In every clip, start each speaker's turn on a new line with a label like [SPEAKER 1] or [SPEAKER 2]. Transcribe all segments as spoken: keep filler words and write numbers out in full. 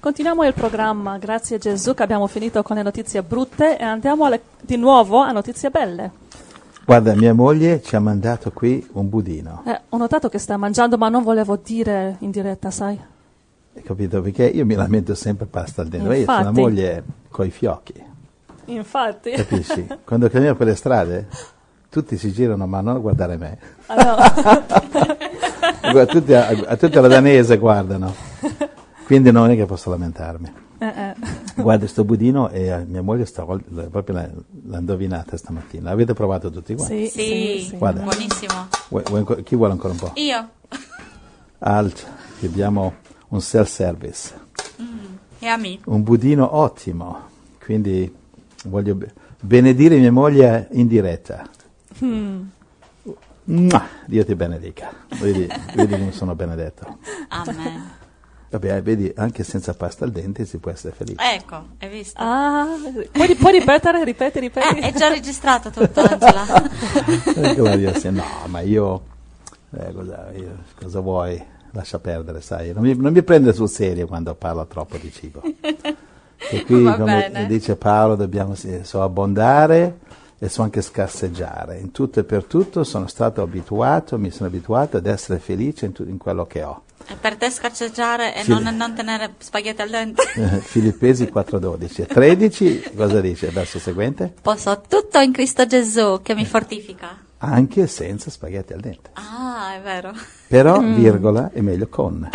[SPEAKER 1] Continuiamo il programma, grazie a Gesù che abbiamo finito con le notizie brutte e andiamo alle, di nuovo a notizie belle.
[SPEAKER 2] Guarda, mia moglie ci ha mandato qui un budino.
[SPEAKER 1] Eh, ho notato che sta mangiando, ma non volevo dire in diretta, sai?
[SPEAKER 2] Hai capito? Perché io mi lamento sempre pasta al dente. Io
[SPEAKER 1] Infatti.
[SPEAKER 2] sono una moglie coi fiocchi.
[SPEAKER 1] Infatti.
[SPEAKER 2] Capisci? Quando cammino per le strade, tutti si girano, ma non a guardare me.
[SPEAKER 1] Ah,
[SPEAKER 2] no. tutti, a, a tutti alla danese guardano. Quindi non è che posso lamentarmi.
[SPEAKER 1] Eh, eh.
[SPEAKER 2] Guarda, sto budino e mia moglie sta, proprio l'ha, l'ha indovinata stamattina. L'avete provato tutti quanti?
[SPEAKER 1] Sì, sì, sì.
[SPEAKER 2] Guarda.
[SPEAKER 3] Buonissimo.
[SPEAKER 2] Vuoi, vuoi, chi vuole ancora un po'?
[SPEAKER 3] Io.
[SPEAKER 2] Alt, che abbiamo un self-service.
[SPEAKER 3] Mm, e a me.
[SPEAKER 2] Un budino ottimo. Quindi voglio be- benedire mia moglie in diretta.
[SPEAKER 1] Mm.
[SPEAKER 2] Mua, Dio ti benedica. Vedi, vedi come sono benedetto.
[SPEAKER 3] Amen.
[SPEAKER 2] Vabbè, vedi, anche senza pasta al dente si può essere felice.
[SPEAKER 3] Ecco, hai visto?
[SPEAKER 1] Ah, puoi, puoi ripetere, ripeti, ripeti.
[SPEAKER 3] Eh, è già registrato tutto, Angela.
[SPEAKER 2] Gloria sia. No, ma io, eh, cosa, io, cosa vuoi? Lascia perdere, sai. Non mi, non mi prende sul serio quando parlo troppo di cibo. E qui,
[SPEAKER 3] Va
[SPEAKER 2] come
[SPEAKER 3] bene.
[SPEAKER 2] dice Paolo, dobbiamo sì, so abbondare e so anche scarseggiare. In tutto e per tutto sono stato abituato, mi sono abituato ad essere felice in, tu, in quello che ho.
[SPEAKER 3] E per te scarseggiare e
[SPEAKER 2] Fili-
[SPEAKER 3] non, non tenere spaghetti al dente?
[SPEAKER 2] Eh, Filippesi quattro dodici. tredici, cosa dice? Verso seguente?
[SPEAKER 3] Posso tutto in Cristo Gesù che mi fortifica.
[SPEAKER 2] Anche senza spaghetti al dente.
[SPEAKER 3] Ah, è vero.
[SPEAKER 2] Però, virgola, è meglio con.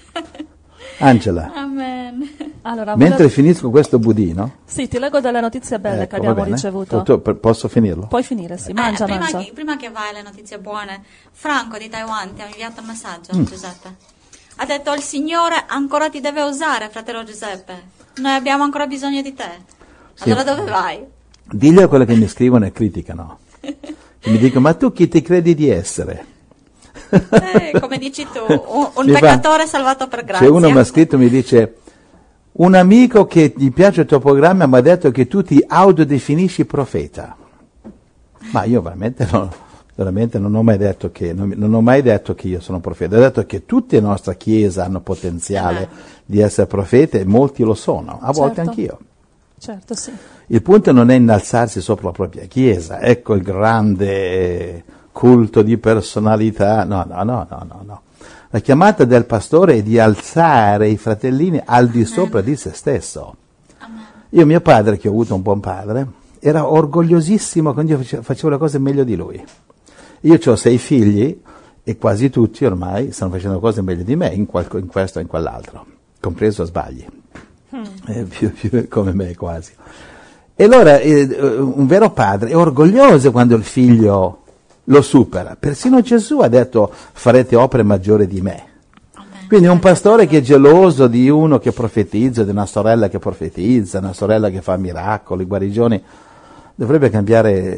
[SPEAKER 2] Angela,
[SPEAKER 3] Amen.
[SPEAKER 1] Allora,
[SPEAKER 2] mentre
[SPEAKER 1] volevo-
[SPEAKER 2] finisco questo budino,
[SPEAKER 1] Sì, ti leggo delle notizie belle che
[SPEAKER 2] ecco, va
[SPEAKER 1] abbiamo
[SPEAKER 2] bene?
[SPEAKER 1] ricevuto.
[SPEAKER 2] Tu- tu- posso finirlo?
[SPEAKER 1] Puoi finire, sì,
[SPEAKER 3] Eh,
[SPEAKER 1] mangia,
[SPEAKER 3] prima,
[SPEAKER 1] mangia.
[SPEAKER 3] che, prima che vai alle notizie buone, Franco di Taiwan ti ha inviato un messaggio,
[SPEAKER 2] Mm.
[SPEAKER 3] Giuseppe. Ha detto: il Signore ancora ti deve usare, fratello Giuseppe. Noi abbiamo ancora bisogno di te.
[SPEAKER 2] Sì.
[SPEAKER 3] Allora dove vai?
[SPEAKER 2] Diglielo a quelli che mi scrivono e criticano. Che mi dicono, ma tu chi ti credi di essere?
[SPEAKER 3] Eh, come dici tu, un, un
[SPEAKER 2] Mi fa-
[SPEAKER 3] peccatore salvato per grazia.
[SPEAKER 2] C'è uno mi ha scritto, mi dice, un amico che gli piace il tuo programma mi ha detto che tu ti autodefinisci profeta. Ma io veramente non, veramente non ho mai detto che, non, non ho mai detto che io sono profeta. Ho detto che tutte le nostre chiese hanno potenziale
[SPEAKER 3] Eh.
[SPEAKER 2] di essere profete e molti lo sono, a volte
[SPEAKER 1] Certo.
[SPEAKER 2] anch'io.
[SPEAKER 1] Certo, sì.
[SPEAKER 2] Il punto non è innalzarsi sopra la propria chiesa, ecco il grande culto di personalità, no, no, no, no, no, no. La chiamata del pastore è di alzare i fratellini al di sopra di se stesso.
[SPEAKER 3] Amen.
[SPEAKER 2] Io, mio padre, che ho avuto un buon padre, era orgogliosissimo quando io face- facevo le cose meglio di lui. Io ho sei figli e quasi tutti ormai stanno facendo cose meglio di me, in, qualco- in questo e in quell'altro, compreso sbagli, eh, più, più come me quasi. E allora eh, un vero padre è orgoglioso quando il figlio lo supera. Persino Gesù ha detto farete opere maggiori di me.
[SPEAKER 3] Amen.
[SPEAKER 2] Quindi un pastore che è geloso di uno che profetizza, di una sorella che profetizza, una sorella che fa miracoli, guarigioni, dovrebbe cambiare,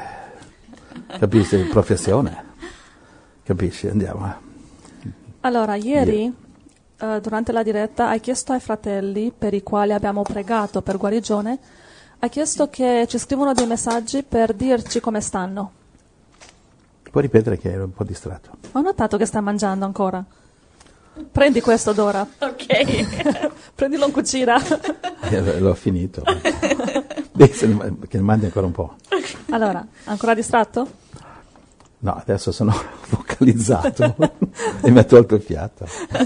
[SPEAKER 2] eh, capisci, professione. Capisci? Andiamo. eh.
[SPEAKER 1] Allora, ieri, eh, durante la diretta, hai chiesto ai fratelli per i quali abbiamo pregato per guarigione, hai chiesto che ci scrivono dei messaggi per dirci come stanno.
[SPEAKER 2] Puoi ripetere che ero un po' distratto.
[SPEAKER 1] Ho notato che stai mangiando ancora. Prendi questo, Dora.
[SPEAKER 3] Ok.
[SPEAKER 1] Prendilo in cucina.
[SPEAKER 2] Eh, L'ho finito. Dai, se ne ma- che ne mandi ancora un po'.
[SPEAKER 1] Allora, ancora distratto?
[SPEAKER 2] No, adesso sono focalizzato e mi ha tolto il fiato.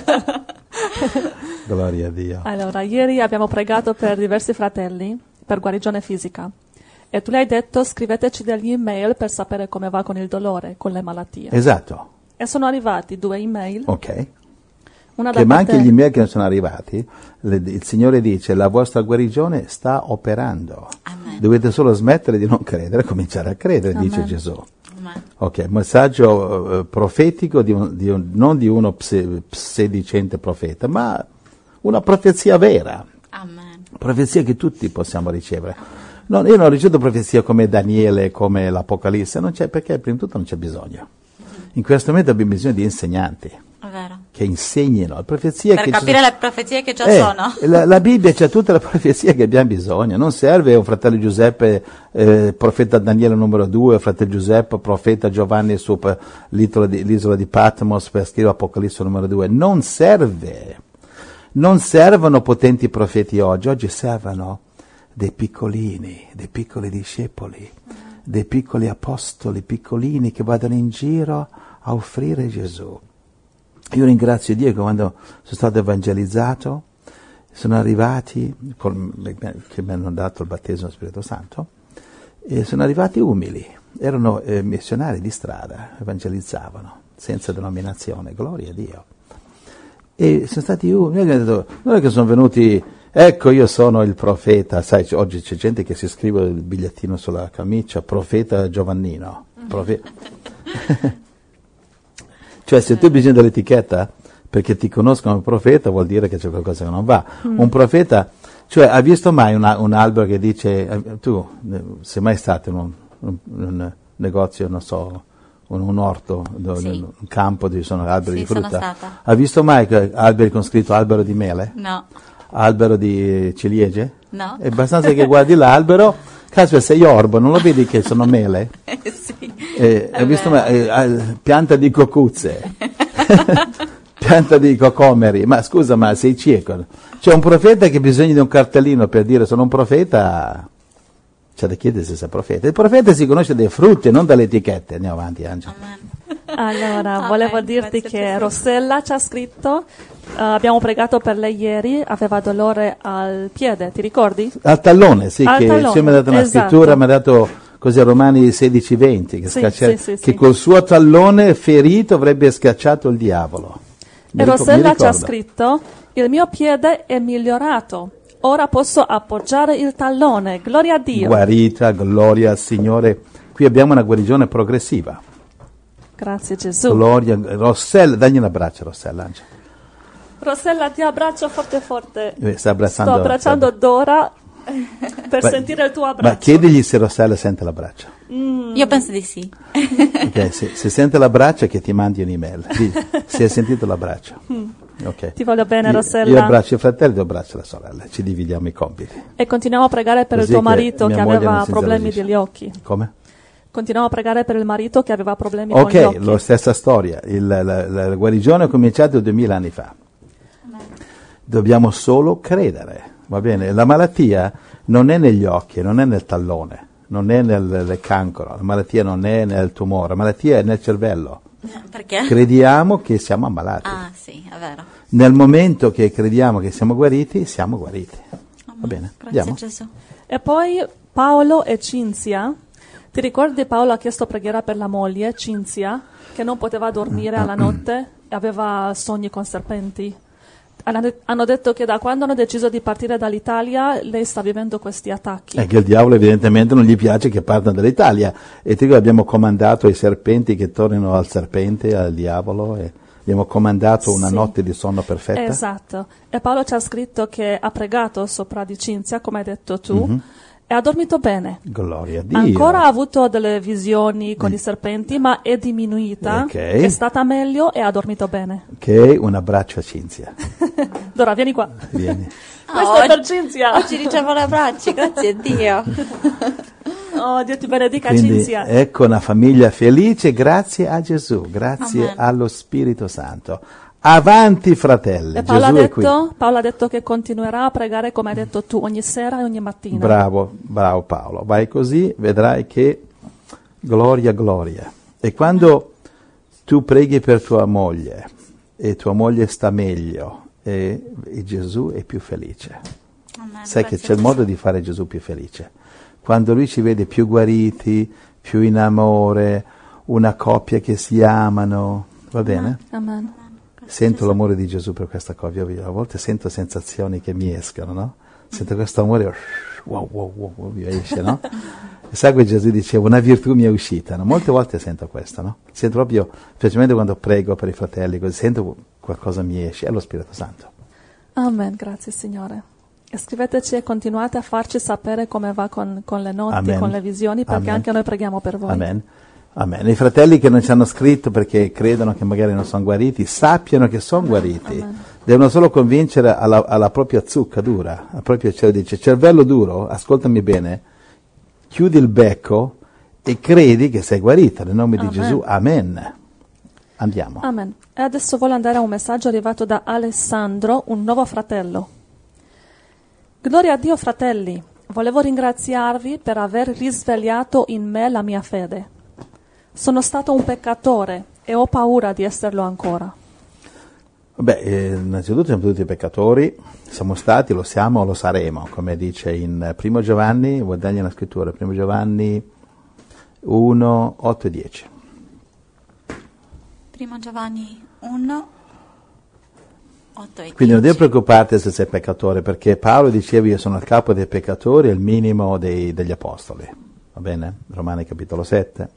[SPEAKER 2] Gloria a Dio.
[SPEAKER 1] Allora, ieri abbiamo pregato per diversi fratelli per guarigione fisica e tu le hai detto scriveteci degli email per sapere come va con il dolore, con le malattie.
[SPEAKER 2] Esatto,
[SPEAKER 1] E sono arrivati due email,
[SPEAKER 2] ok.
[SPEAKER 1] una da
[SPEAKER 2] Che manchi
[SPEAKER 1] te.
[SPEAKER 2] gli email che non sono arrivati, le- il Signore dice la vostra guarigione sta operando.
[SPEAKER 3] Amen.
[SPEAKER 2] Dovete solo smettere di non credere e cominciare a credere, dice
[SPEAKER 1] Amen.
[SPEAKER 2] Gesù.
[SPEAKER 3] Amen.
[SPEAKER 2] Ok, messaggio eh, profetico, di un- di un- non di uno pse- psedicente profeta, ma una profezia vera.
[SPEAKER 3] Amen.
[SPEAKER 2] Profezia che tutti possiamo ricevere. Non, io non ho ricevuto profezia come Daniele, come l'Apocalisse, non c'è, perché prima di tutto non c'è bisogno. In questo momento abbiamo bisogno di insegnanti
[SPEAKER 3] È vero.
[SPEAKER 2] che insegnino. La profezia
[SPEAKER 3] Per
[SPEAKER 2] che
[SPEAKER 3] capire
[SPEAKER 2] ci-
[SPEAKER 3] le profezie che già
[SPEAKER 2] Eh,
[SPEAKER 3] sono.
[SPEAKER 2] La, la Bibbia c'ha tutta la profezia che abbiamo bisogno, non serve un fratello Giuseppe, eh, profeta Daniele numero due, fratello Giuseppe, profeta Giovanni su per l'isola di, l'isola di Patmos per scrivere Apocalisse numero due, non serve. Non servono potenti profeti oggi, oggi servono dei piccolini, dei piccoli discepoli, dei piccoli apostoli, piccolini che vadano in giro a offrire Gesù. Io ringrazio Dio che quando sono stato evangelizzato sono arrivati, col, che mi hanno dato il battesimo dello Spirito Santo, e sono arrivati umili, erano eh, missionari di strada, evangelizzavano, senza denominazione, gloria a Dio. E sono stati umili, detto, non è che sono venuti, ecco io sono il profeta, sai, oggi c'è gente che si scrive il bigliettino sulla camicia, profeta Giovannino, profeta. Cioè se tu hai bisogno dell'etichetta perché ti conoscono come profeta vuol dire che c'è qualcosa che non va. Mm. Un profeta, cioè hai visto mai una, un albero che dice, tu sei mai stato in un, un, un negozio, non so, un, un orto, sì. Un campo dove sono alberi sì, di frutta? Sono stata. Hai visto mai che alberi con scritto albero di mele?
[SPEAKER 3] No.
[SPEAKER 2] Albero di ciliegie?
[SPEAKER 3] No.
[SPEAKER 2] È abbastanza che guardi l'albero, caspita sei orbo, non lo vedi che sono mele?
[SPEAKER 3] Eh, sì.
[SPEAKER 2] Eh, hai visto mai, eh, pianta di cocuzze? Pianta di cocomeri, ma scusa, ma sei cieco? C'è un profeta che ha bisogno di un cartellino per dire sono un profeta, c'è da chiedere se sei profeta. Il profeta si conosce dai frutti, non dalle etichette. Andiamo avanti, Angela.
[SPEAKER 1] Allora,
[SPEAKER 3] Amen.
[SPEAKER 1] volevo dirti
[SPEAKER 3] Grazie
[SPEAKER 1] che Rossella ci ha scritto, uh, abbiamo pregato per lei ieri, aveva dolore al piede, ti ricordi?
[SPEAKER 2] Al tallone, sì,
[SPEAKER 1] al
[SPEAKER 2] che
[SPEAKER 1] tallone,
[SPEAKER 2] il Signore mi ha dato una
[SPEAKER 1] esatto.
[SPEAKER 2] scrittura, mi ha dato così a Romani sedici venti, che,
[SPEAKER 1] sì,
[SPEAKER 2] scaccia,
[SPEAKER 1] sì, sì,
[SPEAKER 2] che
[SPEAKER 1] sì.
[SPEAKER 2] col suo tallone ferito avrebbe scacciato il diavolo. Mi
[SPEAKER 1] e
[SPEAKER 2] ric-
[SPEAKER 1] Rossella ci ha scritto, il mio piede è migliorato, ora posso appoggiare il tallone, gloria a Dio.
[SPEAKER 2] Guarita, gloria al Signore. Qui abbiamo una guarigione progressiva.
[SPEAKER 1] Grazie Gesù.
[SPEAKER 2] Gloria, Rossella, dagli un abbraccio Rossella. Angela.
[SPEAKER 1] Rossella, ti abbraccio forte forte.
[SPEAKER 2] Eh, sta abbracciando,
[SPEAKER 1] Sto abbracciando
[SPEAKER 2] sta...
[SPEAKER 1] Dora per
[SPEAKER 2] ma,
[SPEAKER 1] sentire il tuo abbraccio.
[SPEAKER 2] Ma chiedigli se Rossella sente l'abbraccio.
[SPEAKER 3] Mm. Io penso di sì.
[SPEAKER 2] Okay, se, se sente l'abbraccio che ti mandi un'email. Dì, se hai sentito l'abbraccio.
[SPEAKER 1] Mm.
[SPEAKER 2] Okay.
[SPEAKER 1] Ti voglio bene,
[SPEAKER 2] io,
[SPEAKER 1] Rossella.
[SPEAKER 2] Io abbraccio i fratelli e abbraccio la sorella. Ci dividiamo i compiti.
[SPEAKER 1] E continuiamo a pregare per
[SPEAKER 2] Così
[SPEAKER 1] il tuo
[SPEAKER 2] che
[SPEAKER 1] marito che,
[SPEAKER 2] mia
[SPEAKER 1] che
[SPEAKER 2] moglie
[SPEAKER 1] aveva
[SPEAKER 2] non si
[SPEAKER 1] problemi
[SPEAKER 2] ingelosisce.
[SPEAKER 1] degli occhi.
[SPEAKER 2] Come?
[SPEAKER 1] Continuiamo a pregare per il marito che aveva problemi con gli
[SPEAKER 2] Ok,
[SPEAKER 1] occhi.
[SPEAKER 2] la stessa storia. Il, la, la, la guarigione è cominciata duemila anni fa. Dobbiamo solo credere, va bene? La malattia non è negli occhi, non è nel tallone, non è nel, nel cancro, la malattia non è nel tumore, la malattia è nel cervello.
[SPEAKER 3] Perché?
[SPEAKER 2] Crediamo che siamo ammalati.
[SPEAKER 3] Ah, sì, è vero.
[SPEAKER 2] Nel momento che crediamo che siamo guariti, siamo guariti. Va bene,
[SPEAKER 3] grazie
[SPEAKER 2] andiamo.
[SPEAKER 3] Gesù.
[SPEAKER 1] E poi Paolo e Cinzia. Ti ricordi Paolo ha chiesto preghiera per la moglie, Cinzia, che non poteva dormire alla notte e aveva sogni con serpenti? Hanno detto che da quando hanno deciso di partire dall'Italia lei sta vivendo questi attacchi.
[SPEAKER 2] È che il diavolo evidentemente non gli piace che partano dall'Italia e ti dico, abbiamo comandato ai serpenti che tornino al serpente, al diavolo e abbiamo comandato una
[SPEAKER 1] sì.
[SPEAKER 2] notte di sonno perfetta.
[SPEAKER 1] Esatto. E Paolo ci ha scritto che ha pregato sopra di Cinzia, come hai detto tu, mm-hmm. e ha dormito bene.
[SPEAKER 2] Gloria a Dio.
[SPEAKER 1] Ancora ha avuto delle visioni con mm. i serpenti, ma è diminuita,
[SPEAKER 2] okay.
[SPEAKER 1] è stata meglio e ha dormito bene.
[SPEAKER 2] Ok, un abbraccio a Cinzia.
[SPEAKER 1] Dora, vieni qua.
[SPEAKER 2] Vieni.
[SPEAKER 1] Questo
[SPEAKER 3] oh,
[SPEAKER 1] è per Cinzia.
[SPEAKER 3] Oggi ricevo gli abbracci, grazie a Dio.
[SPEAKER 1] Oh, Dio ti benedica,
[SPEAKER 2] Quindi,
[SPEAKER 1] Cinzia.
[SPEAKER 2] Ecco una famiglia felice, grazie a Gesù, grazie
[SPEAKER 3] Amen.
[SPEAKER 2] allo Spirito Santo. Avanti fratelli,
[SPEAKER 1] E Paolo,
[SPEAKER 2] Gesù
[SPEAKER 1] ha
[SPEAKER 2] è qui.
[SPEAKER 1] detto, Paolo ha detto che continuerà a pregare come hai detto tu, ogni sera e ogni mattina.
[SPEAKER 2] Bravo, bravo Paolo, vai così, vedrai che gloria, gloria. E quando tu preghi per tua moglie e tua moglie sta meglio e, e Gesù è più felice.
[SPEAKER 3] Amen.
[SPEAKER 2] Sai
[SPEAKER 3] Grazie
[SPEAKER 2] che c'è il modo di fare Gesù più felice. Quando lui ci vede più guariti, più in amore, una coppia che si amano, va bene?
[SPEAKER 1] Amen.
[SPEAKER 2] Sento l'amore di Gesù per questa coppia, a volte sento sensazioni che mi escono, no? Sento questo amore, wow, wow, wow, wow, mi esce, no? E sai che Gesù diceva, una virtù mi è uscita, no? Molte volte sento questo, no? Sento proprio, specialmente quando prego per i fratelli, così sento qualcosa mi esce, è lo Spirito Santo.
[SPEAKER 1] Amen, grazie Signore. E scriveteci e continuate a farci sapere come va con, con le notti,
[SPEAKER 2] Amen.
[SPEAKER 1] con le visioni, perché
[SPEAKER 2] Amen.
[SPEAKER 1] anche noi preghiamo per voi.
[SPEAKER 2] Amen. Amen. I fratelli che non ci hanno scritto perché credono che magari non sono guariti, sappiano che sono guariti.
[SPEAKER 1] Amen.
[SPEAKER 2] Devono solo convincere alla, alla propria zucca dura, al proprio cervello. Dice, cervello duro, ascoltami bene, chiudi il becco e credi che sei guarita nel nome
[SPEAKER 1] Amen.
[SPEAKER 2] di Gesù. Amen. Andiamo.
[SPEAKER 1] Amen. E adesso voglio andare a un messaggio arrivato da Alessandro, un nuovo fratello. Gloria a Dio, fratelli. Volevo ringraziarvi per aver risvegliato in me la mia fede. Sono stato un peccatore e ho paura di esserlo ancora.
[SPEAKER 2] Beh, eh, innanzitutto siamo tutti peccatori, siamo stati, lo siamo, lo saremo, come dice in Primo Giovanni, vuol dargli una scrittura, Primo Giovanni uno, otto e dieci.
[SPEAKER 3] Primo Giovanni uno, otto e dieci.
[SPEAKER 2] Quindi non devi preoccuparti se sei peccatore, perché Paolo diceva io sono il capo dei peccatori e il minimo dei, degli apostoli, va bene? Romani capitolo sette.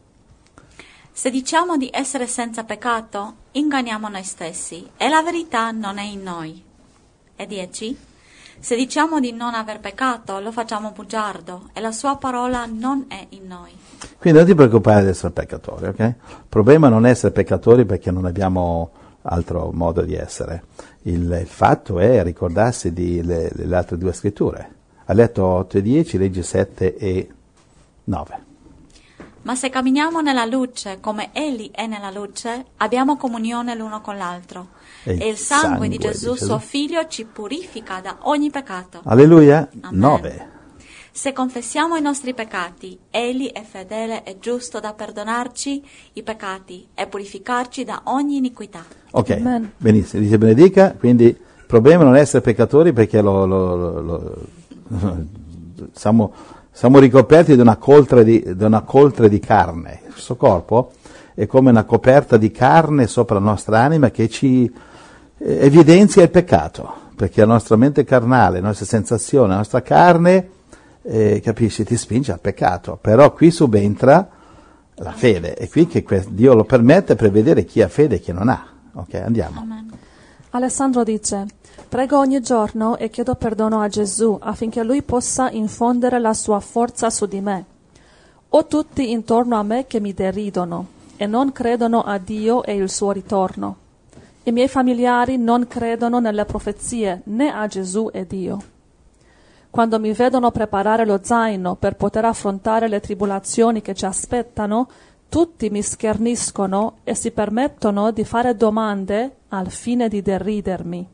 [SPEAKER 3] Se diciamo di essere senza peccato, inganniamo noi stessi e la verità non è in noi. E dieci. Se diciamo di non aver peccato, lo facciamo bugiardo e la sua parola non è in noi.
[SPEAKER 2] Quindi non ti preoccupare di essere peccatore, ok? Il problema non è essere peccatori perché non abbiamo altro modo di essere. Il, il fatto è ricordarsi di le, le altre due scritture. Ha letto otto e dieci, leggi sette e nove.
[SPEAKER 3] Ma se camminiamo nella luce, come Egli è nella luce, abbiamo comunione l'uno con l'altro.
[SPEAKER 2] E il
[SPEAKER 3] E il sangue,
[SPEAKER 2] sangue
[SPEAKER 3] di Gesù,
[SPEAKER 2] di Gesù.
[SPEAKER 3] suo Figlio, ci purifica da ogni peccato.
[SPEAKER 2] Alleluia,
[SPEAKER 3] Amen.
[SPEAKER 2] nove.
[SPEAKER 3] Se confessiamo i nostri peccati, Egli è fedele e giusto da perdonarci i peccati e purificarci da ogni iniquità.
[SPEAKER 2] Ok,
[SPEAKER 1] Amen.
[SPEAKER 2] benissimo, dice benedica, quindi il problema non è essere peccatori perché lo, lo, lo, lo, siamo, siamo ricoperti di una, coltre di, di una coltre di carne. Il suo corpo è come una coperta di carne sopra la nostra anima che ci eh, evidenzia il peccato, perché la nostra mente carnale, le nostre sensazioni, la nostra carne, eh, capisci, ti spinge al peccato, però qui subentra la fede, è qui che que- Dio lo permette per vedere chi ha fede e chi non ha. Ok, andiamo.
[SPEAKER 3] Amen.
[SPEAKER 1] Alessandro dice, prego ogni giorno e chiedo perdono a Gesù affinché Lui possa infondere la sua forza su di me. Ho tutti intorno a me che mi deridono e non credono a Dio e il suo ritorno. I miei familiari non credono nelle profezie né a Gesù e Dio. Quando mi vedono preparare lo zaino per poter affrontare le tribolazioni che ci aspettano, tutti mi scherniscono e si permettono di fare domande al fine di deridermi.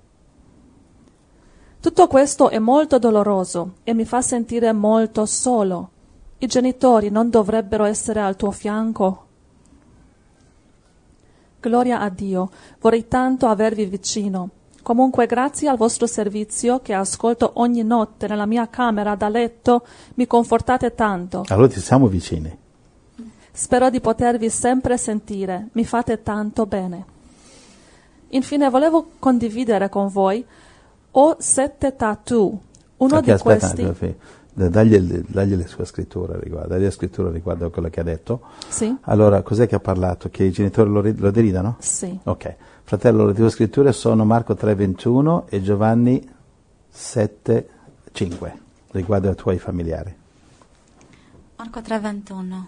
[SPEAKER 1] Tutto questo è molto doloroso e mi fa sentire molto solo. I genitori non dovrebbero essere al tuo fianco? Gloria a Dio, vorrei tanto avervi vicino. Comunque, grazie al vostro servizio che ascolto ogni notte nella mia camera da letto, mi confortate tanto.
[SPEAKER 2] Allora ti siamo vicini.
[SPEAKER 1] Spero di potervi sempre sentire, mi fate tanto bene. Infine volevo condividere con voi, ho sette tattoo, uno
[SPEAKER 2] Ok,
[SPEAKER 1] di
[SPEAKER 2] aspetta,
[SPEAKER 1] questi...
[SPEAKER 2] anche, dagli, dagli le sue scritture riguardo, dagli le scritture riguardo a quello che ha detto.
[SPEAKER 1] Sì?
[SPEAKER 2] Allora, cos'è che ha parlato? Che i genitori lo, ri- lo deridano?
[SPEAKER 1] Sì.
[SPEAKER 2] Ok, fratello, le tue scritture sono Marco tre ventuno e Giovanni sette cinque, riguardo ai tuoi familiari.
[SPEAKER 3] Marco tre ventuno.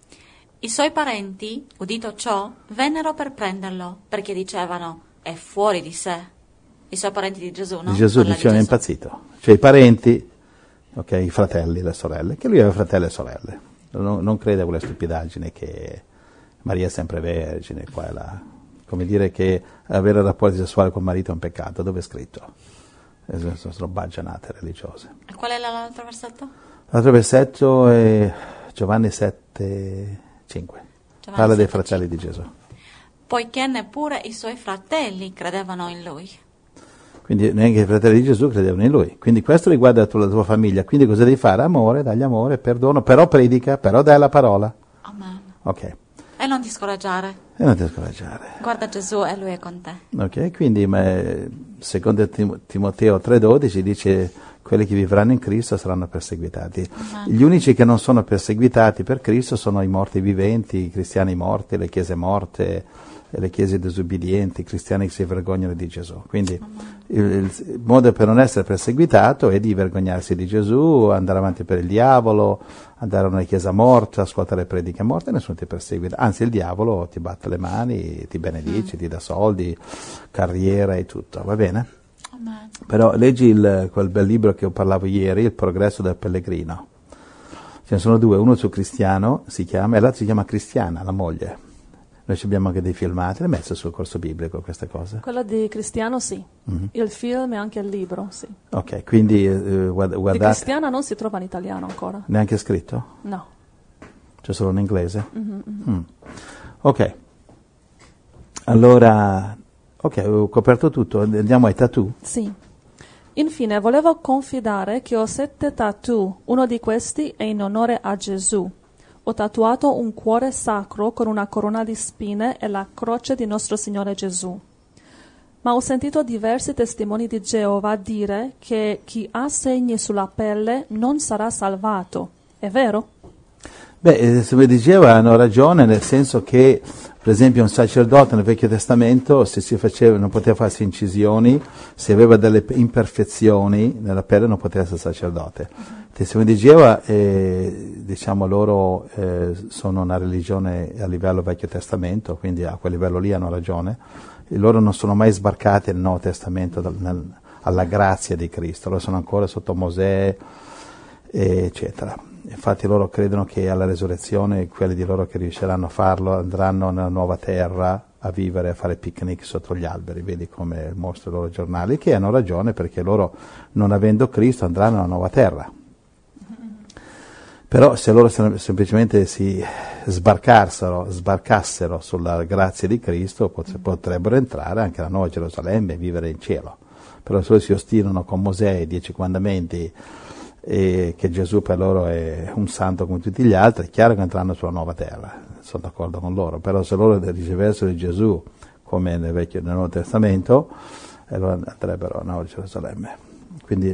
[SPEAKER 3] I suoi parenti, udito ciò, vennero per prenderlo, perché dicevano, è fuori di sé. I suoi parenti di Gesù, no?
[SPEAKER 2] Di Gesù
[SPEAKER 3] Parla di
[SPEAKER 2] dicevano è
[SPEAKER 3] Gesù.
[SPEAKER 2] impazzito. Cioè i parenti, ok, i fratelli, le sorelle, che lui aveva fratelli e sorelle. Non, non crede a quelle stupidaggini che Maria è sempre vergine, qua e là. Come dire che avere rapporti sessuali col marito è un peccato, dove è scritto? Eh, sono baggianate religiose.
[SPEAKER 3] E qual è l'altro versetto?
[SPEAKER 2] L'altro versetto è Giovanni sette cinque,
[SPEAKER 3] Giovanni
[SPEAKER 2] parla dei
[SPEAKER 3] sette,
[SPEAKER 2] fratelli di Gesù.
[SPEAKER 3] Poiché neppure i suoi fratelli credevano in lui.
[SPEAKER 2] Quindi neanche i fratelli di Gesù credevano in lui. Quindi questo riguarda la tua, la tua famiglia. Quindi cosa devi fare? Amore, dagli amore, perdono, però predica, però dai la parola.
[SPEAKER 3] Amen.
[SPEAKER 2] Ok,
[SPEAKER 3] E non ti scoraggiare.
[SPEAKER 2] e non ti scoraggiare.
[SPEAKER 3] Guarda Gesù e lui è con te.
[SPEAKER 2] Ok, quindi ma, secondo Tim- Timoteo tre dodici dice quelli che vivranno in Cristo saranno perseguitati.
[SPEAKER 3] Amen.
[SPEAKER 2] Gli unici che non sono perseguitati per Cristo sono i morti viventi, i cristiani morti, le chiese morte, le chiese disobbedienti, i cristiani che si vergognano di Gesù. Quindi il, il modo per non essere perseguitato è di vergognarsi di Gesù, andare avanti per il diavolo, andare a una chiesa morta, ascoltare prediche morte e nessuno ti perseguita. Anzi, il diavolo ti batte le mani, ti benedice, mm. ti dà soldi, carriera e tutto, va bene?
[SPEAKER 3] Amen.
[SPEAKER 2] Però leggi il, quel bel libro che io parlavo ieri, Il progresso del pellegrino. Ce ne sono due, uno su Cristiano si chiama e l'altro si chiama Cristiana, la moglie. Noi abbiamo anche dei filmati, le messe sul corso biblico queste cose?
[SPEAKER 1] Quello di Cristiano sì,
[SPEAKER 2] Mm-hmm.
[SPEAKER 1] il film e anche il libro sì.
[SPEAKER 2] Ok, quindi eh, guarda-
[SPEAKER 1] Di
[SPEAKER 2] guardate,
[SPEAKER 1] Cristiana non si trova in italiano ancora.
[SPEAKER 2] neanche scritto?
[SPEAKER 1] No.
[SPEAKER 2] C'è solo in inglese? Mm. Ok, allora, ok, ho coperto tutto, andiamo ai tattoo.
[SPEAKER 1] Sì. Infine volevo confidare che ho sette tattoo, uno di questi è in onore a Gesù. Ho tatuato un cuore sacro con una corona di spine e la croce di nostro Signore Gesù. Ma ho sentito diversi testimoni di Geova dire che chi ha segni sulla pelle non sarà salvato. È vero?
[SPEAKER 2] Beh, eh, se mi diceva hanno ragione, nel senso che, per esempio, un sacerdote nel Vecchio Testamento, se si faceva, non poteva farsi incisioni, se aveva delle imperfezioni nella pelle non poteva essere sacerdote. Uh-huh. Il testimone di Geova, eh, diciamo, loro eh, sono una religione a livello Vecchio Testamento, quindi a quel livello lì hanno ragione, e loro non sono mai sbarcati nel Nuovo Testamento dal, nel, alla grazia di Cristo, loro sono ancora sotto Mosè, eccetera. Infatti loro credono che alla resurrezione quelli di loro che riusciranno a farlo andranno nella nuova terra a vivere, a fare picnic sotto gli alberi, vedi come mostrano i loro giornali, che hanno ragione perché loro, non avendo Cristo, andranno nella nuova terra. Però se loro semplicemente si sbarcassero, sbarcassero sulla grazia di Cristo, potrebbero entrare anche alla Nuova Gerusalemme e vivere in cielo. Però se loro si ostinano con Mosè e i Dieci Comandamenti e che Gesù per loro è un santo come tutti gli altri, è chiaro che andranno sulla nuova terra, sono d'accordo con loro, però se loro ricevessero di Gesù come nel Vecchio nel Nuovo Testamento, allora andrebbero a Nuova Gerusalemme. Quindi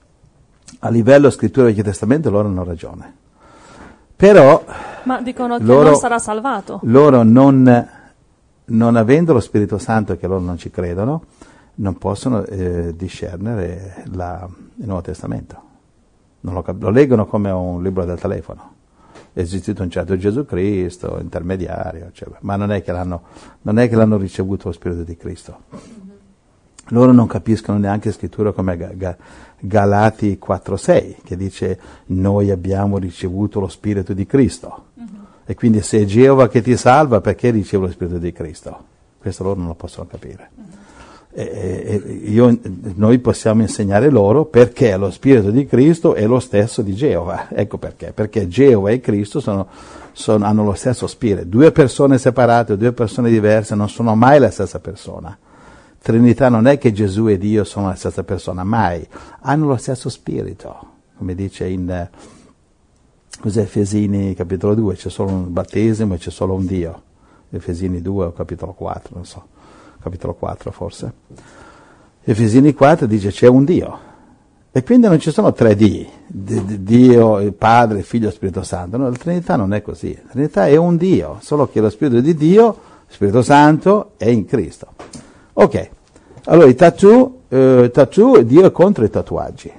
[SPEAKER 2] a livello scrittura del Vecchio Testamento loro hanno ragione, però
[SPEAKER 1] ma dicono che
[SPEAKER 2] loro,
[SPEAKER 1] non sarà salvato.
[SPEAKER 2] Loro non, non avendo lo Spirito Santo, che loro non ci credono, non possono eh, discernere la, il Nuovo Testamento. Non lo, cap- lo leggono come un libro del telefono. È esistito un certo Gesù Cristo, intermediario, cioè, ma non è, che l'hanno, non è che l'hanno ricevuto lo Spirito di Cristo. Mm-hmm. Loro non capiscono neanche scrittura come Ga- Ga- Galati quattro sei, che dice noi abbiamo ricevuto lo Spirito di Cristo. Mm-hmm. E quindi se è Geova che ti salva, perché ricevo lo Spirito di Cristo? Questo loro non lo possono capire. Mm-hmm. E, e io, noi possiamo insegnare loro perché lo Spirito di Cristo è lo stesso di Geova. Ecco perché, perché Geova e Cristo sono, sono, hanno lo stesso spirito. Due persone separate, due persone diverse non sono mai la stessa persona. Trinità non è che Gesù e Dio sono la stessa persona, mai. Hanno lo stesso spirito, come dice in cos'è, Efesini capitolo due, c'è solo un battesimo e c'è solo un Dio. Efesini due o capitolo quattro, non so. Capitolo quattro forse. Efesini quattro dice c'è un Dio e quindi non ci sono tre D, Dio, il Padre, il Figlio e Spirito Santo. No, la Trinità non è così, la Trinità è un Dio, solo che lo Spirito di Dio, Spirito Santo, è in Cristo. Ok, allora i tattoo, eh, tattoo, Dio è contro i tatuaggi,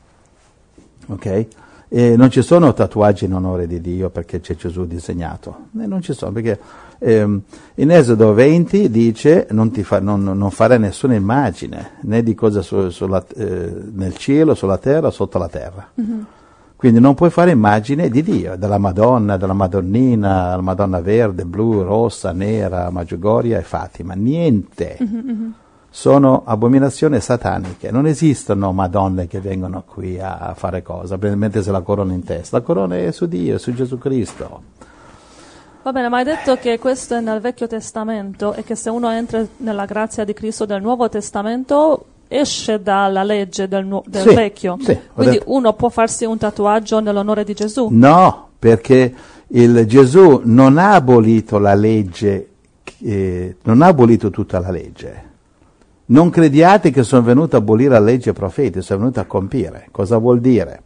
[SPEAKER 2] ok? E non ci sono tatuaggi in onore di Dio perché c'è Gesù disegnato, e non ci sono perché ehm, in Esodo venti dice non, ti fa, non, non fare nessuna immagine né di cosa su, sulla, eh, nel cielo, sulla terra o sotto la terra. Mm-hmm. Quindi non puoi fare immagine di Dio, della Madonna, della Madonnina, la Madonna verde, blu, rossa, nera, Maggiugoria e Fatima, niente. Mm-hmm. Sono abominazioni sataniche, non esistono Madonne che vengono qui a fare cosa, mentre se la corona in testa, la corona è su Dio, su Gesù Cristo.
[SPEAKER 1] Va bene, ma hai detto che questo è nel Vecchio Testamento e che se uno entra nella grazia di Cristo del Nuovo Testamento esce dalla legge del, nu- del
[SPEAKER 2] sì,
[SPEAKER 1] Vecchio,
[SPEAKER 2] sì,
[SPEAKER 1] quindi
[SPEAKER 2] detto.
[SPEAKER 1] Uno può farsi un tatuaggio nell'onore di Gesù?
[SPEAKER 2] No, perché il Gesù non ha abolito la legge, eh, non ha abolito tutta la legge. Non crediate che sono venuto a abolire la legge ai profeti, sono venuto a compire. Cosa vuol dire?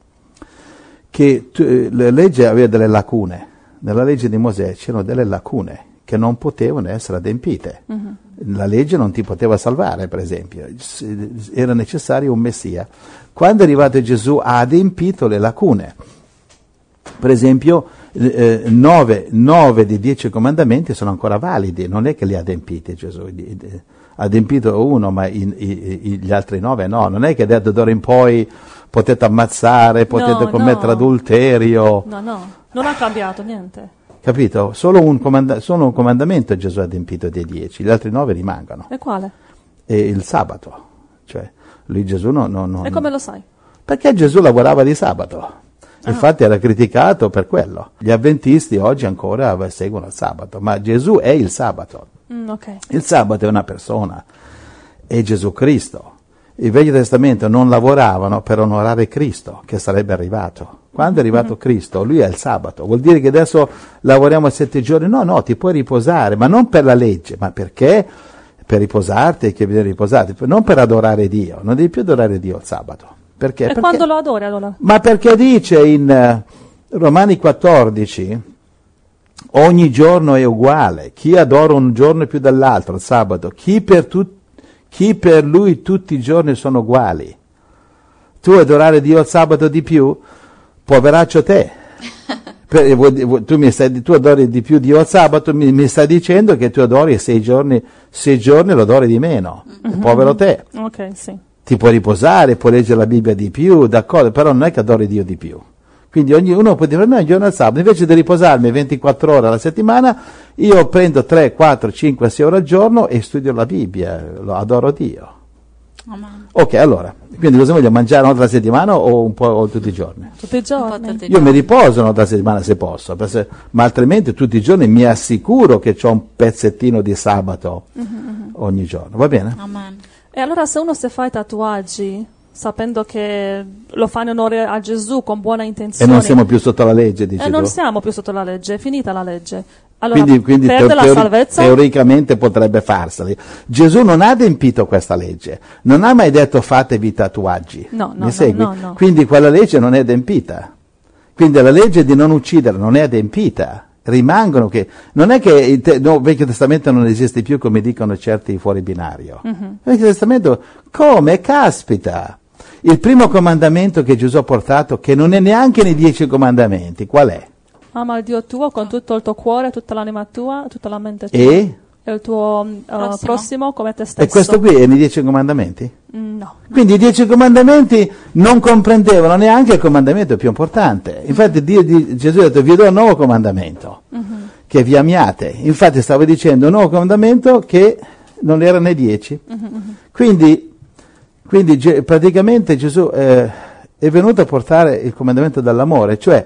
[SPEAKER 2] Che tu, eh, la legge aveva delle lacune. Nella legge di Mosè c'erano delle lacune che non potevano essere adempite. Uh-huh. La legge non ti poteva salvare, per esempio. Era necessario un Messia. Quando è arrivato Gesù ha adempito le lacune. Per esempio, eh, nove, nove dei dieci comandamenti sono ancora validi, non è che li ha adempiti Gesù. Ha adempito uno, ma i, i, gli altri nove no. Non è che da d'ora in poi potete ammazzare, potete
[SPEAKER 1] no,
[SPEAKER 2] commettere
[SPEAKER 1] no.
[SPEAKER 2] adulterio.
[SPEAKER 1] No, no, non ha cambiato niente.
[SPEAKER 2] capito? Solo un, comanda- solo un comandamento Gesù ha adempito dei dieci, gli altri nove rimangono.
[SPEAKER 1] E quale?
[SPEAKER 2] E il sabato, cioè lui Gesù non... non, non
[SPEAKER 1] E come lo sai?
[SPEAKER 2] Perché Gesù lavorava di sabato. Infatti era criticato per quello. Gli avventisti oggi ancora seguono il sabato, ma Gesù è il sabato.
[SPEAKER 1] Mm, ok.
[SPEAKER 2] Il sabato è una persona, è Gesù Cristo. Il Vecchio Testamento non lavoravano per onorare Cristo, che sarebbe arrivato. Quando è arrivato mm-hmm. Cristo, lui è il sabato. Vuol dire che adesso lavoriamo sette giorni? No, no, ti puoi riposare, ma non per la legge, ma perché? Per riposarti, che bisogna riposarti, non per adorare Dio. Non devi più adorare Dio il sabato. Perché?
[SPEAKER 1] E
[SPEAKER 2] perché?
[SPEAKER 1] quando lo adori allora?
[SPEAKER 2] Ma perché dice in uh, Romani quattordici, ogni giorno è uguale, chi adora un giorno più dell'altro, il sabato, chi per, tu, chi per lui tutti i giorni sono uguali. Tu adorare Dio il sabato di più, poveraccio te. Per, tu, mi stai, tu adori di più Dio il sabato, mi, mi stai dicendo che tu adori sei giorni, sei giorni lo adori di meno, mm-hmm. povero te.
[SPEAKER 1] Ok, sì.
[SPEAKER 2] Ti puoi riposare, puoi leggere la Bibbia di più, d'accordo, però non è che adori Dio di più. Quindi ognuno può dire, no, un giorno al sabato, invece di riposarmi ventiquattro ore alla settimana, io prendo tre, quattro, cinque, sei ore al giorno e studio la Bibbia, lo adoro Dio.
[SPEAKER 3] Amen.
[SPEAKER 2] Ok, allora, quindi cosa voglio, mangiare una volta alla settimana o un po' o tutti i giorni?
[SPEAKER 1] Tutti i giorni.
[SPEAKER 3] Tutti i
[SPEAKER 2] Io mi
[SPEAKER 3] giorni.
[SPEAKER 2] riposo una volta alla settimana se posso, perché, ma altrimenti tutti i giorni mi assicuro che ho un pezzettino di sabato mm-hmm. ogni giorno, va bene?
[SPEAKER 3] Amen.
[SPEAKER 1] E allora se uno si fa i tatuaggi, sapendo che lo fa in onore a Gesù con buona
[SPEAKER 2] E
[SPEAKER 1] intenzione...
[SPEAKER 2] non siamo più sotto la legge, dici
[SPEAKER 1] E non
[SPEAKER 2] tu?
[SPEAKER 1] siamo più sotto la legge, è finita la legge. Allora
[SPEAKER 2] Quindi, quindi
[SPEAKER 1] perde
[SPEAKER 2] teo-
[SPEAKER 1] la
[SPEAKER 2] teori-
[SPEAKER 1] salvezza?
[SPEAKER 2] teoricamente potrebbe farseli. Gesù non ha adempito questa legge, non ha mai detto fatevi tatuaggi.
[SPEAKER 1] No, no,
[SPEAKER 2] Mi segui?
[SPEAKER 1] no, no, no.
[SPEAKER 2] Quindi quella legge non è adempita. Quindi la legge di non uccidere non è adempita. Rimangono che non è che il te- no, Vecchio Testamento non esiste più come dicono certi fuori binario.
[SPEAKER 1] Mm-hmm.
[SPEAKER 2] Il Vecchio Testamento come? Caspita! Il primo comandamento che Gesù ha portato, che non è neanche nei dieci comandamenti, qual è?
[SPEAKER 1] Ama il Dio tuo con tutto il tuo cuore, tutta l'anima tua, tutta la mente tua.
[SPEAKER 2] E?
[SPEAKER 1] E il tuo uh, prossimo. prossimo come te stesso.
[SPEAKER 2] E questo qui è nei dieci comandamenti?
[SPEAKER 1] Mm, no.
[SPEAKER 2] Quindi i dieci comandamenti non comprendevano neanche il comandamento più importante. Infatti Dio, di, Gesù ha detto vi do un nuovo comandamento, mm-hmm. che vi amiate. Infatti stavo dicendo un nuovo comandamento che non era nei dieci. Mm-hmm. Quindi, quindi ge, praticamente Gesù eh, è venuto a portare il comandamento dell'amore, cioè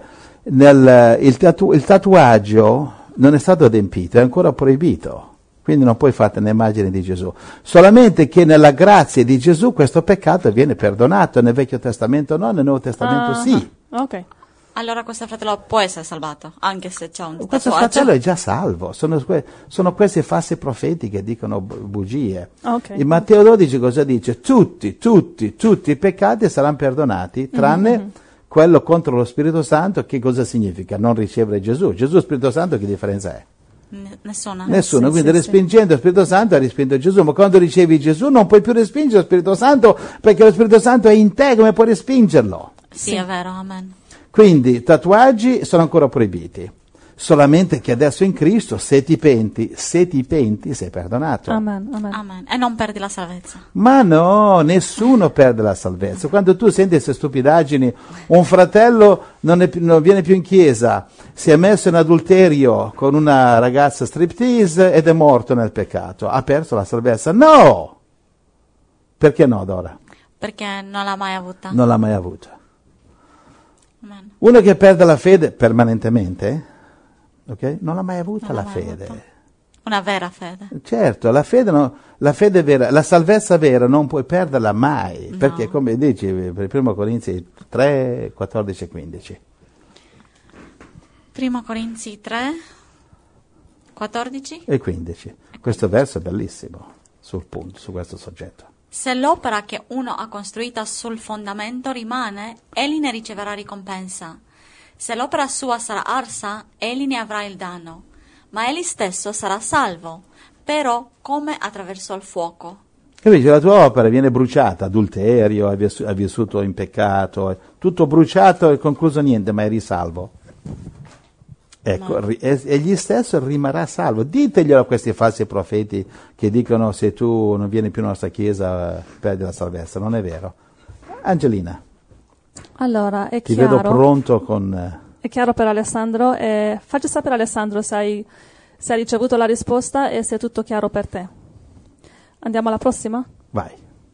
[SPEAKER 2] nel, il, tatu, il tatuaggio non è stato adempito, è ancora proibito. Quindi non puoi fare un'immagine di Gesù. Solamente che nella grazia di Gesù questo peccato viene perdonato. Nel Vecchio Testamento no, nel Nuovo Testamento
[SPEAKER 1] Ah,
[SPEAKER 2] sì.
[SPEAKER 1] ok.
[SPEAKER 3] Allora questo fratello può essere salvato, anche se c'è un
[SPEAKER 2] Questo
[SPEAKER 3] tatuaggio.
[SPEAKER 2] fratello è già salvo. Sono, que- sono questi falsi profeti che dicono bu- bugie.
[SPEAKER 1] Ok.
[SPEAKER 2] In Matteo dodici cosa dice? Tutti, tutti, tutti i peccati saranno perdonati, tranne mm-hmm. quello contro lo Spirito Santo. Che cosa significa? Non ricevere Gesù. Gesù e Spirito Santo che differenza è?
[SPEAKER 3] Nessuna.
[SPEAKER 2] Nessuno,
[SPEAKER 1] sì,
[SPEAKER 2] quindi
[SPEAKER 1] sì,
[SPEAKER 2] respingendo sì. lo Spirito Santo hai respinto Gesù, ma quando ricevi Gesù non puoi più respingere lo Spirito Santo perché lo Spirito Santo è in te, come puoi respingerlo?
[SPEAKER 3] Sì,
[SPEAKER 1] Sì.
[SPEAKER 3] è vero, amen.
[SPEAKER 2] Quindi tatuaggi sono ancora proibiti, solamente che adesso in Cristo se ti penti, se ti penti sei perdonato.
[SPEAKER 1] Amen, amen.
[SPEAKER 3] Amen. E non perdi la salvezza.
[SPEAKER 2] Ma no, nessuno perde la salvezza. Quando tu senti queste stupidaggini, un fratello non, è più, non viene più in chiesa, si è messo in adulterio con una ragazza striptease ed è morto nel peccato, ha perso la salvezza. No! Perché no, Dora?
[SPEAKER 3] Perché non l'ha mai avuta.
[SPEAKER 2] Non l'ha mai avuta.
[SPEAKER 3] Amen.
[SPEAKER 2] Uno che perde la fede permanentemente, ok? Non l'ha mai avuta
[SPEAKER 3] Non
[SPEAKER 2] la
[SPEAKER 3] l'ha mai
[SPEAKER 2] fede.
[SPEAKER 3] avuta. Una vera fede.
[SPEAKER 2] Certo, la fede, no, la fede vera, la salvezza vera non puoi perderla mai,
[SPEAKER 3] No.
[SPEAKER 2] perché come dici per primo Corinzi tre, quattordici e quindici.
[SPEAKER 3] Primo Corinzi tre, quattordici.
[SPEAKER 2] E quindici. Questo verso è bellissimo sul punto, su questo soggetto.
[SPEAKER 3] Se l'opera che uno ha costruita sul fondamento rimane, egli ne riceverà ricompensa. Se l'opera sua sarà arsa, egli ne avrà il danno, ma egli stesso sarà salvo, però come attraverso il fuoco.
[SPEAKER 2] Capisci? La tua opera viene bruciata, adulterio, hai vissu- hai vissuto in peccato, è tutto bruciato e concluso niente, ma eri salvo. Ecco,
[SPEAKER 3] No.
[SPEAKER 2] ri- e- egli stesso rimarrà salvo. Diteglielo a questi falsi profeti che dicono se tu non vieni più nella nostra chiesa perdi la salvezza. Non è vero. Angelina,
[SPEAKER 1] Allora, è
[SPEAKER 2] ti
[SPEAKER 1] chiaro.
[SPEAKER 2] vedo pronto con... eh,
[SPEAKER 1] È chiaro per Alessandro. E facci sapere, Alessandro, se hai, se hai ricevuto la risposta e se è tutto chiaro per te. Andiamo alla prossima?
[SPEAKER 2] Vai.